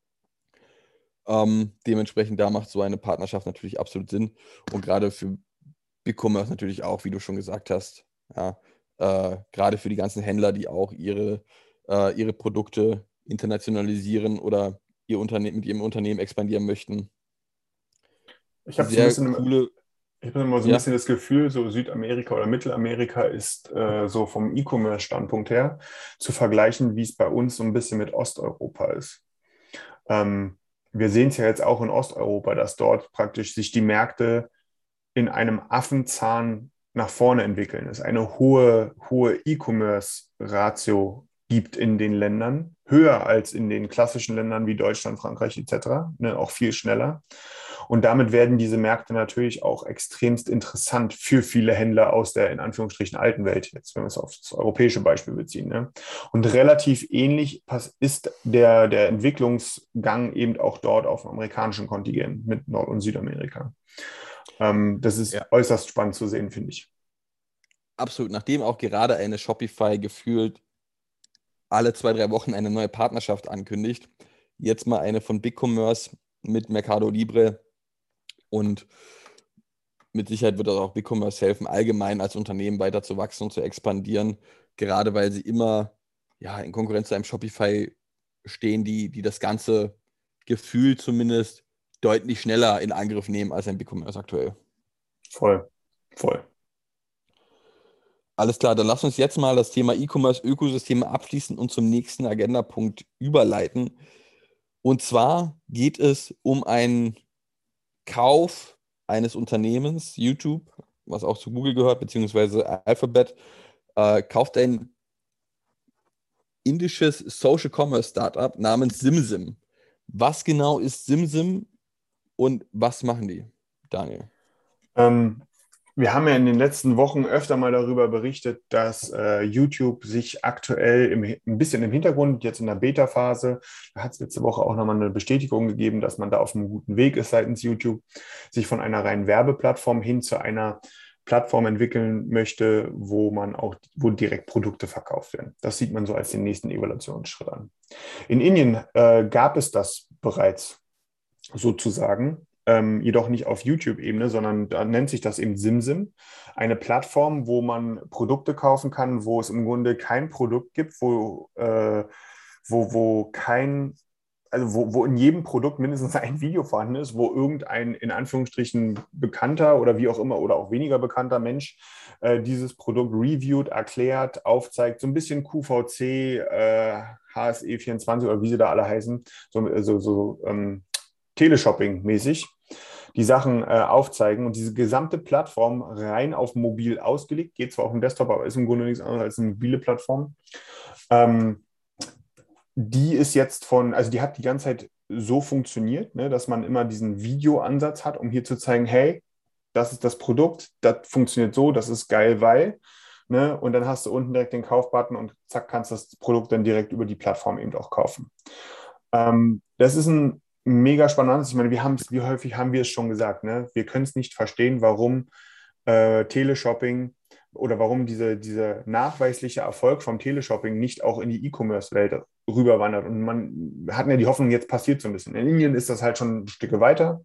Ähm, dementsprechend, da macht so eine Partnerschaft natürlich absolut Sinn. Und gerade für BigCommerce natürlich auch, wie du schon gesagt hast. Ja, äh, gerade für die ganzen Händler, die auch ihre, äh, ihre Produkte internationalisieren oder ihr Unternehmen, mit ihrem Unternehmen expandieren möchten. Ich habe so ein Sehr bisschen, coole. ich habe immer so ein Ja, bisschen das Gefühl, so Südamerika oder Mittelamerika ist äh, so vom E-Commerce-Standpunkt her zu vergleichen, wie es bei uns so ein bisschen mit Osteuropa ist. Ähm, wir sehen es ja jetzt auch in Osteuropa, dass dort praktisch sich die Märkte in einem Affenzahn nach vorne entwickeln, es eine hohe, hohe E-Commerce-Ratio gibt in den Ländern, höher als in den klassischen Ländern wie Deutschland, Frankreich et cetera, ne, auch viel schneller. Und damit werden diese Märkte natürlich auch extremst interessant für viele Händler aus der in Anführungsstrichen alten Welt, jetzt wenn wir es auf das europäische Beispiel beziehen. Ne? Und relativ ähnlich ist der, der Entwicklungsgang eben auch dort auf dem amerikanischen Kontinent mit Nord- und Südamerika. Ähm, das ist Ja. äußerst spannend zu sehen, finde ich. Absolut. Nachdem auch gerade eine Shopify gefühlt alle zwei, drei Wochen eine neue Partnerschaft ankündigt, jetzt mal eine von BigCommerce mit Mercado Libre, und mit Sicherheit wird das auch BigCommerce helfen, allgemein als Unternehmen weiter zu wachsen und zu expandieren, gerade weil sie immer ja, in Konkurrenz zu einem Shopify stehen, die, die das ganze Gefühl zumindest deutlich schneller in Angriff nehmen als ein BigCommerce aktuell. Voll, voll. Alles klar, dann lass uns jetzt mal das Thema E-Commerce-Ökosysteme abschließen und zum nächsten Agendapunkt überleiten. Und zwar geht es um einen Kauf eines Unternehmens, YouTube, was auch zu Google gehört, beziehungsweise Alphabet, äh, kauft ein indisches Social Commerce Startup namens SimSim. Was genau ist SimSim und was machen die, Daniel? Ähm, wir haben ja in den letzten Wochen öfter mal darüber berichtet, dass äh, YouTube sich aktuell im, ein bisschen im Hintergrund, jetzt in der Beta-Phase, da hat es letzte Woche auch nochmal eine Bestätigung gegeben, dass man da auf einem guten Weg ist seitens YouTube, sich von einer reinen Werbeplattform hin zu einer Plattform entwickeln möchte, wo man auch, wo direkt Produkte verkauft werden. Das sieht man so als den nächsten Evaluationsschritt an. In Indien äh, gab es das bereits sozusagen. Ähm, jedoch nicht auf YouTube-Ebene, sondern da nennt sich das eben SimSim. Eine Plattform, wo man Produkte kaufen kann, wo es im Grunde kein Produkt gibt, wo, äh, wo, wo kein, also wo, wo in jedem Produkt mindestens ein Video vorhanden ist, wo irgendein in Anführungsstrichen bekannter oder wie auch immer oder auch weniger bekannter Mensch äh, dieses Produkt reviewt, erklärt, aufzeigt, so ein bisschen Q V C, äh, H S E vierundzwanzig oder wie sie da alle heißen, so, so, so ähm, Teleshopping-mäßig die Sachen äh, aufzeigen und diese gesamte Plattform rein auf mobil ausgelegt, geht zwar auf dem Desktop, aber ist im Grunde nichts anderes als eine mobile Plattform. Ähm, die ist jetzt von, also die hat die ganze Zeit so funktioniert, ne, dass man immer diesen Videoansatz hat, um hier zu zeigen, hey, das ist das Produkt, das funktioniert so, das ist geil, weil, ne, und dann hast du unten direkt den Kaufbutton und zack, kannst das Produkt dann direkt über die Plattform eben auch kaufen. Ähm, das ist ein mega spannend. Ich meine, wir haben es, wie häufig haben wir es schon gesagt, ne? Wir können es nicht verstehen, warum äh, Teleshopping oder warum diese, dieser nachweisliche Erfolg vom Teleshopping nicht auch in die E-Commerce-Welt rüberwandert. Und man hatten ja die Hoffnung, jetzt passiert so ein bisschen. In Indien ist das halt schon ein Stück weiter.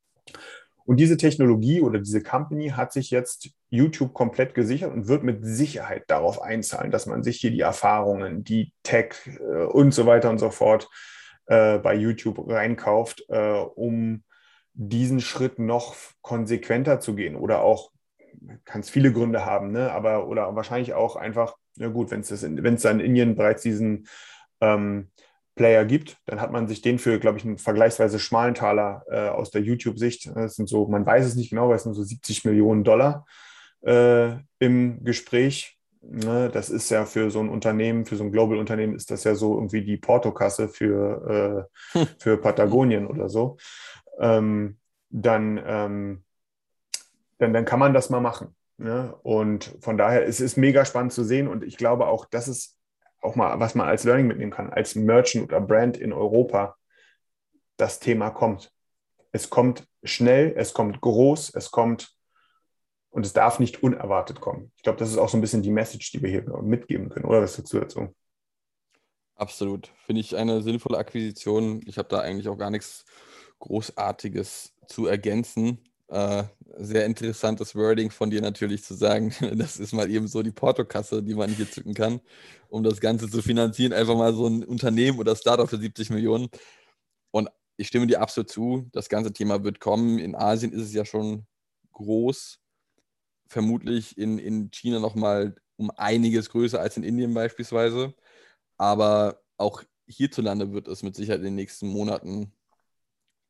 Und diese Technologie oder diese Company hat sich jetzt YouTube komplett gesichert und wird mit Sicherheit darauf einzahlen, dass man sich hier die Erfahrungen, die Tech äh, und so weiter und so fort bei YouTube reinkauft, äh, um diesen Schritt noch konsequenter zu gehen oder auch, kann es viele Gründe haben, ne? Aber oder wahrscheinlich auch einfach, ja gut, wenn es da in Indien bereits diesen ähm, Player gibt, dann hat man sich den für, glaube ich, einen vergleichsweise schmalen Taler äh, aus der YouTube-Sicht, das sind so, man weiß es nicht genau, weil es sind so siebzig Millionen Dollar äh, im Gespräch. Ne, das ist ja für so ein Unternehmen, für so ein Global-Unternehmen ist das ja so irgendwie die Portokasse für, äh, für Patagonien oder so. Ähm, dann, ähm, dann, dann kann man das mal machen. Ne? Und von daher es ist es mega spannend zu sehen und ich glaube auch, das ist auch mal, was man als Learning mitnehmen kann, als Merchant oder Brand in Europa, das Thema kommt. Es kommt schnell, es kommt groß, es kommt und es darf nicht unerwartet kommen. Ich glaube, das ist auch so ein bisschen die Message, die wir hier mitgeben können. Oder was dazu dazu? Absolut. Finde ich eine sinnvolle Akquisition. Ich habe da eigentlich auch gar nichts Großartiges zu ergänzen. Äh, sehr interessantes Wording von dir natürlich zu sagen, das ist mal eben so die Portokasse, die man hier zücken kann, um das Ganze zu finanzieren. Einfach mal so ein Unternehmen oder Startup für siebzig Millionen. Und ich stimme dir absolut zu. Das ganze Thema wird kommen. In Asien ist es ja schon groß. Vermutlich in, in China nochmal um einiges größer als in Indien beispielsweise. Aber auch hierzulande wird es mit Sicherheit in den nächsten Monaten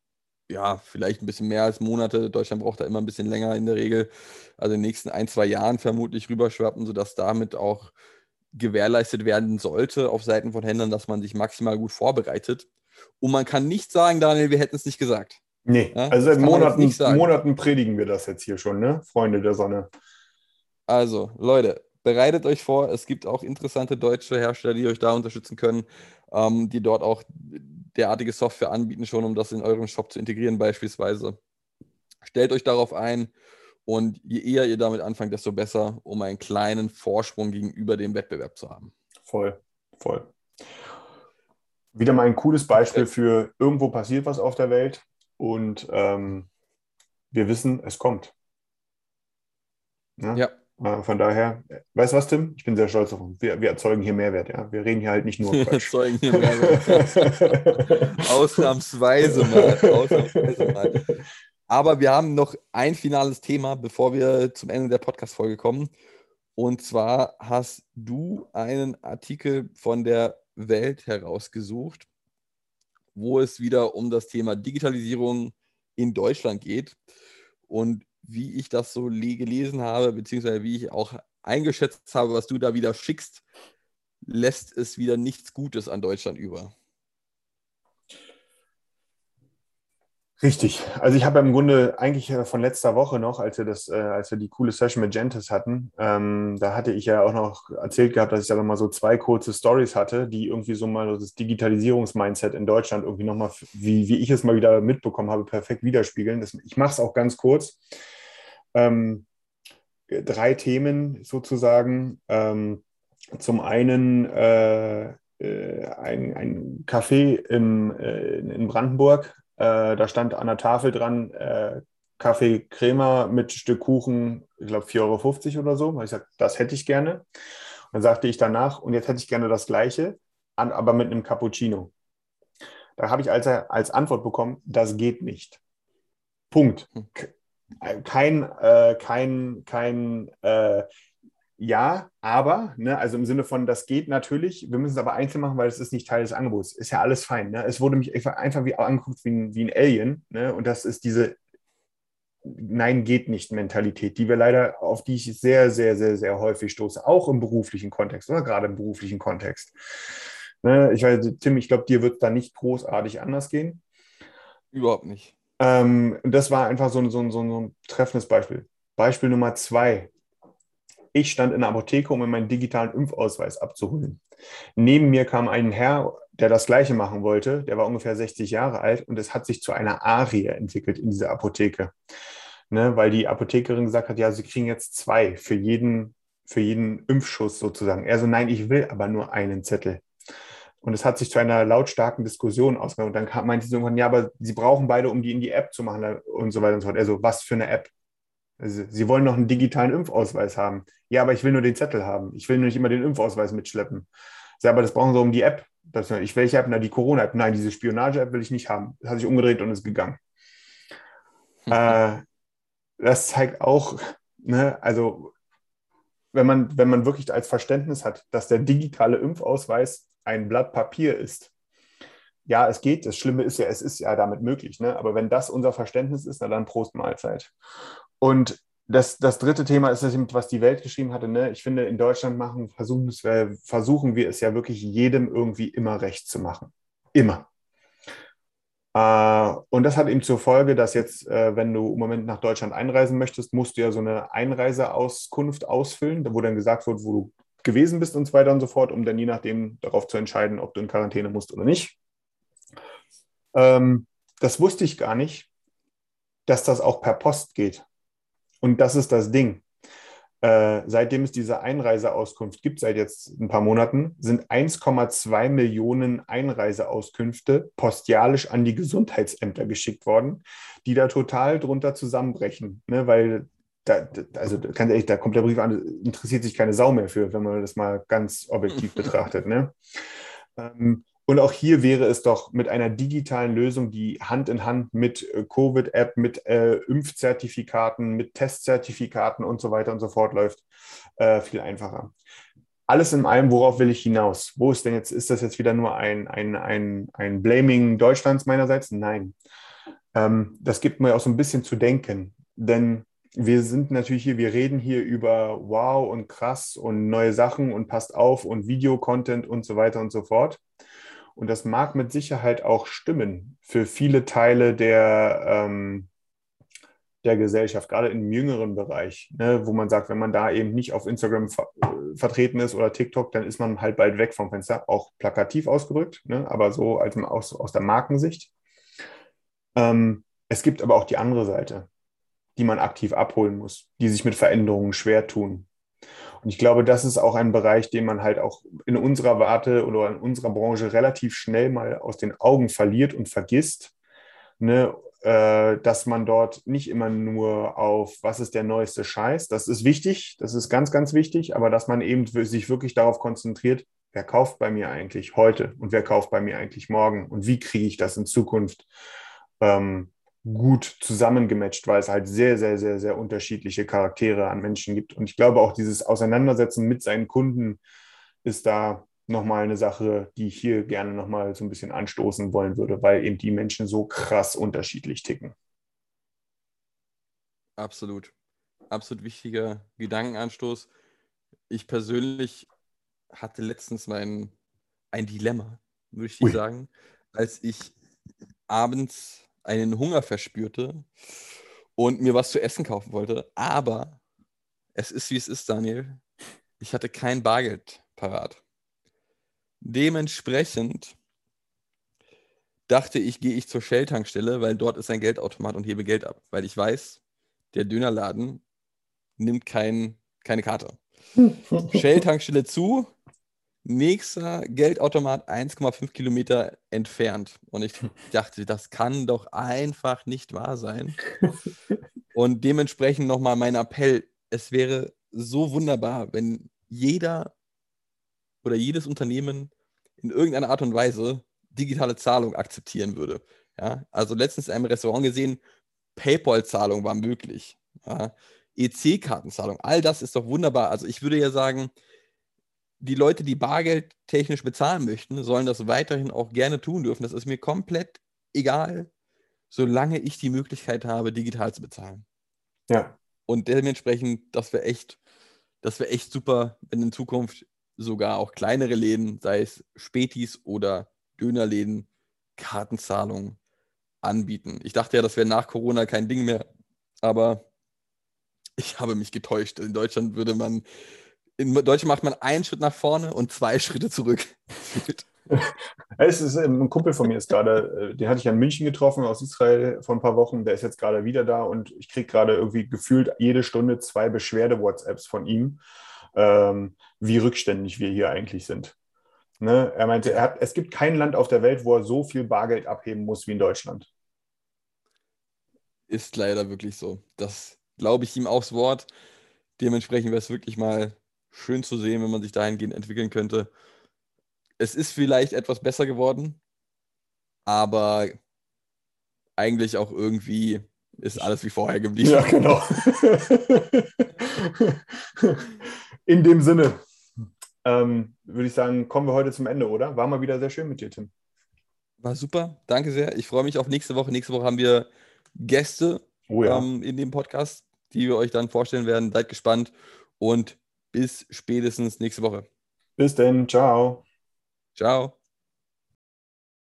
ja, vielleicht ein bisschen mehr als Monate. Deutschland braucht da immer ein bisschen länger in der Regel. Also in den nächsten ein, zwei Jahren vermutlich rüberschwappen, sodass damit auch gewährleistet werden sollte auf Seiten von Händlern, dass man sich maximal gut vorbereitet. Und man kann nicht sagen, Daniel, wir hätten es nicht gesagt. Nee, Ja, also das seit kann man jetzt Monaten, nicht sagen. Monaten predigen wir das jetzt hier schon, ne? Freunde der Sonne. Also, Leute, bereitet euch vor. Es gibt auch interessante deutsche Hersteller, die euch da unterstützen können, ähm, die dort auch derartige Software anbieten, schon um das in eurem Shop zu integrieren beispielsweise. Stellt euch darauf ein und je eher ihr damit anfangt, desto besser, um einen kleinen Vorsprung gegenüber dem Wettbewerb zu haben. Voll, voll. Wieder mal ein cooles Beispiel für irgendwo passiert was auf der Welt und ähm, wir wissen, es kommt. Ja? Ja. Äh, von daher, weißt du was, Tim? Ich bin sehr stolz auf uns. Wir, wir erzeugen hier Mehrwert. Ja? Wir reden hier halt nicht nur Wir Quatsch. erzeugen hier Mehrwert. Ausnahmsweise mal. Ausnahmsweise mal. Aber wir haben noch ein finales Thema, bevor wir zum Ende der Podcast-Folge kommen. Und zwar hast du einen Artikel von der Welt herausgesucht, wo es wieder um das Thema Digitalisierung in Deutschland geht. Und wie ich das so gelesen habe, beziehungsweise wie ich auch eingeschätzt habe, was du da wieder schickst, lässt es wieder nichts Gutes an Deutschland über. Richtig. Also ich habe im Grunde eigentlich von letzter Woche noch, als wir das, äh, als wir die coole Session mit Gentis hatten, ähm, da hatte ich ja auch noch erzählt gehabt, dass ich da nochmal so zwei kurze Stories hatte, die irgendwie so mal das Digitalisierungsmindset in Deutschland irgendwie nochmal, wie, wie ich es mal wieder mitbekommen habe, perfekt widerspiegeln. Das, ich mache es auch ganz kurz. Ähm, drei Themen sozusagen. Ähm, zum einen äh, äh, ein, ein Café im, äh, in Brandenburg. Äh, da stand an der Tafel dran, äh, Kaffee Crema mit Stück Kuchen, ich glaube vier Euro fünfzig oder so. Ich sagte, das hätte ich gerne. Und dann sagte ich danach, und jetzt hätte ich gerne das Gleiche, an, aber mit einem Cappuccino. Da habe ich als, als Antwort bekommen, das geht nicht. Punkt. Kein, äh, kein, kein äh, Ja, aber, ne, also im Sinne von, das geht natürlich, wir müssen es aber einzeln machen, weil es ist nicht Teil des Angebots. Ist ja alles fein. Ne? Es wurde mich einfach, einfach wie angeguckt wie ein, wie ein Alien. Ne? Und das ist diese Nein, geht nicht Mentalität, die wir leider, auf die ich sehr, sehr, sehr, sehr häufig stoße, auch im beruflichen Kontext oder gerade im beruflichen Kontext. Ne? Ich weiß, Tim, ich glaube, dir wird es da nicht großartig anders gehen. Überhaupt nicht. Ähm, das war einfach so ein, so, ein, so ein treffendes Beispiel. Beispiel Nummer zwei. Ich stand in der Apotheke, um mir meinen digitalen Impfausweis abzuholen. Neben mir kam ein Herr, der das Gleiche machen wollte. Der war ungefähr sechzig Jahre alt und es hat sich zu einer Arie entwickelt in dieser Apotheke. Ne, weil die Apothekerin gesagt hat, ja, sie kriegen jetzt zwei für jeden, für jeden Impfschuss sozusagen. Er so, nein, ich will aber nur einen Zettel. Und es hat sich zu einer lautstarken Diskussion ausgegangen. Und dann kam, meinte sie irgendwann, ja, aber sie brauchen beide, um die in die App zu machen und so weiter und so fort. Er so, was für eine App? Also, sie wollen noch einen digitalen Impfausweis haben. Ja, aber ich will nur den Zettel haben. Ich will nur nicht immer den Impfausweis mitschleppen. Ja, aber das brauchen sie um die App. Das, ich welche App? Na, die Corona-App. Nein, diese Spionage-App will ich nicht haben. Das hat sich umgedreht und ist gegangen. Mhm. Äh, das zeigt auch, ne, also wenn man, wenn man wirklich als Verständnis hat, dass der digitale Impfausweis ein Blatt Papier ist. Ja, es geht. Das Schlimme ist ja, es ist ja damit möglich. Ne? Aber wenn das unser Verständnis ist, na dann Prost Mahlzeit. Und das, das dritte Thema ist das, was die Welt geschrieben hatte. Ne? Ich finde, in Deutschland machen, versuchen, es, äh, versuchen wir es ja wirklich jedem irgendwie immer recht zu machen. Immer. Äh, und das hat eben zur Folge, dass jetzt, äh, wenn du im Moment nach Deutschland einreisen möchtest, musst du ja so eine Einreiseauskunft ausfüllen, wo dann gesagt wird, wo du gewesen bist und so weiter und so fort, um dann je nachdem darauf zu entscheiden, ob du in Quarantäne musst oder nicht. Ähm, das wusste ich gar nicht, dass das auch per Post geht. Und das ist das Ding. Äh, seitdem es diese Einreiseauskunft gibt, seit jetzt ein paar Monaten, sind eins Komma zwei Millionen Einreiseauskünfte postialisch an die Gesundheitsämter geschickt worden, die da total drunter zusammenbrechen. Ne? Weil, da, also ganz ehrlich, da kommt der Brief an, interessiert sich keine Sau mehr für, wenn man das mal ganz objektiv betrachtet. Ne? Ähm, Und auch hier wäre es doch mit einer digitalen Lösung, die Hand in Hand mit Covid-App, mit äh, Impfzertifikaten, mit Testzertifikaten und so weiter und so fort läuft, äh, viel einfacher. Alles in allem, worauf will ich hinaus? Wo ist denn jetzt, ist das jetzt wieder nur ein, ein, ein, ein Blaming Deutschlands meinerseits? Nein. Ähm, das gibt mir auch so ein bisschen zu denken, denn wir sind natürlich hier, wir reden hier über wow und krass und neue Sachen und passt auf und Videocontent und so weiter und so fort. Und das mag mit Sicherheit auch stimmen für viele Teile der, ähm, der Gesellschaft, gerade im jüngeren Bereich, ne, wo man sagt, wenn man da eben nicht auf Instagram ver äh, vertreten ist oder TikTok, dann ist man halt bald weg vom Fenster, auch plakativ ausgedrückt, ne, aber so als, aus, aus der Markensicht. Ähm, es gibt aber auch die andere Seite, die man aktiv abholen muss, die sich mit Veränderungen schwer tun. Und ich glaube, das ist auch ein Bereich, den man halt auch in unserer Warte oder in unserer Branche relativ schnell mal aus den Augen verliert und vergisst, ne, äh, dass man dort nicht immer nur auf, was ist der neueste Scheiß, das ist wichtig, das ist ganz, ganz wichtig, aber dass man eben sich wirklich darauf konzentriert, wer kauft bei mir eigentlich heute und wer kauft bei mir eigentlich morgen und wie kriege ich das in Zukunft ähm, gut zusammengematcht, weil es halt sehr, sehr, sehr, sehr unterschiedliche Charaktere an Menschen gibt. Und ich glaube auch dieses Auseinandersetzen mit seinen Kunden ist da nochmal eine Sache, die ich hier gerne nochmal so ein bisschen anstoßen wollen würde, weil eben die Menschen so krass unterschiedlich ticken. Absolut. Absolut wichtiger Gedankenanstoß. Ich persönlich hatte letztens mein, ein Dilemma, würde ich Ui. sagen, als ich abends einen Hunger verspürte und mir was zu essen kaufen wollte. Aber es ist, wie es ist, Daniel. Ich hatte kein Bargeld parat. Dementsprechend dachte ich, gehe ich zur Shell-Tankstelle, weil dort ist ein Geldautomat und hebe Geld ab. Weil ich weiß, der Dönerladen nimmt kein, keine Karte. Shell-Tankstelle zu, nächster Geldautomat eins Komma fünf Kilometer entfernt. Und ich dachte, das kann doch einfach nicht wahr sein. Und dementsprechend nochmal mein Appell, es wäre so wunderbar, wenn jeder oder jedes Unternehmen in irgendeiner Art und Weise digitale Zahlung akzeptieren würde. Ja? Also letztens in einem Restaurant gesehen, PayPal-Zahlung war möglich. Ja? E C-Kartenzahlung, all das ist doch wunderbar. Also ich würde ja sagen, die Leute, die bargeldtechnisch bezahlen möchten, sollen das weiterhin auch gerne tun dürfen. Das ist mir komplett egal, solange ich die Möglichkeit habe, digital zu bezahlen. Ja. Und dementsprechend, das wäre echt, das wäre echt super, wenn in Zukunft sogar auch kleinere Läden, sei es Spätis oder Dönerläden, Kartenzahlungen anbieten. Ich dachte ja, das wäre nach Corona kein Ding mehr, aber ich habe mich getäuscht. In Deutschland würde man In Deutschland macht man einen Schritt nach vorne und zwei Schritte zurück. Es ist, ein Kumpel von mir ist gerade, den hatte ich in München getroffen aus Israel vor ein paar Wochen, der ist jetzt gerade wieder da und ich kriege gerade irgendwie gefühlt jede Stunde zwei Beschwerde-WhatsApps von ihm, ähm, wie rückständig wir hier eigentlich sind. Ne? Er meinte, er hat, es gibt kein Land auf der Welt, wo er so viel Bargeld abheben muss wie in Deutschland. Ist leider wirklich so. Das glaube ich ihm aufs Wort. Dementsprechend wäre es wirklich mal schön zu sehen, wenn man sich dahingehend entwickeln könnte. Es ist vielleicht etwas besser geworden, aber eigentlich auch irgendwie ist alles wie vorher geblieben. Ja, genau. In dem Sinne, ähm, würde ich sagen, kommen wir heute zum Ende, oder? War mal wieder sehr schön mit dir, Tim. War super, danke sehr. Ich freue mich auf nächste Woche. Nächste Woche haben wir Gäste Oh ja. ähm, in dem Podcast, die wir euch dann vorstellen werden. Seid gespannt und bis spätestens nächste Woche. Bis denn, ciao. Ciao.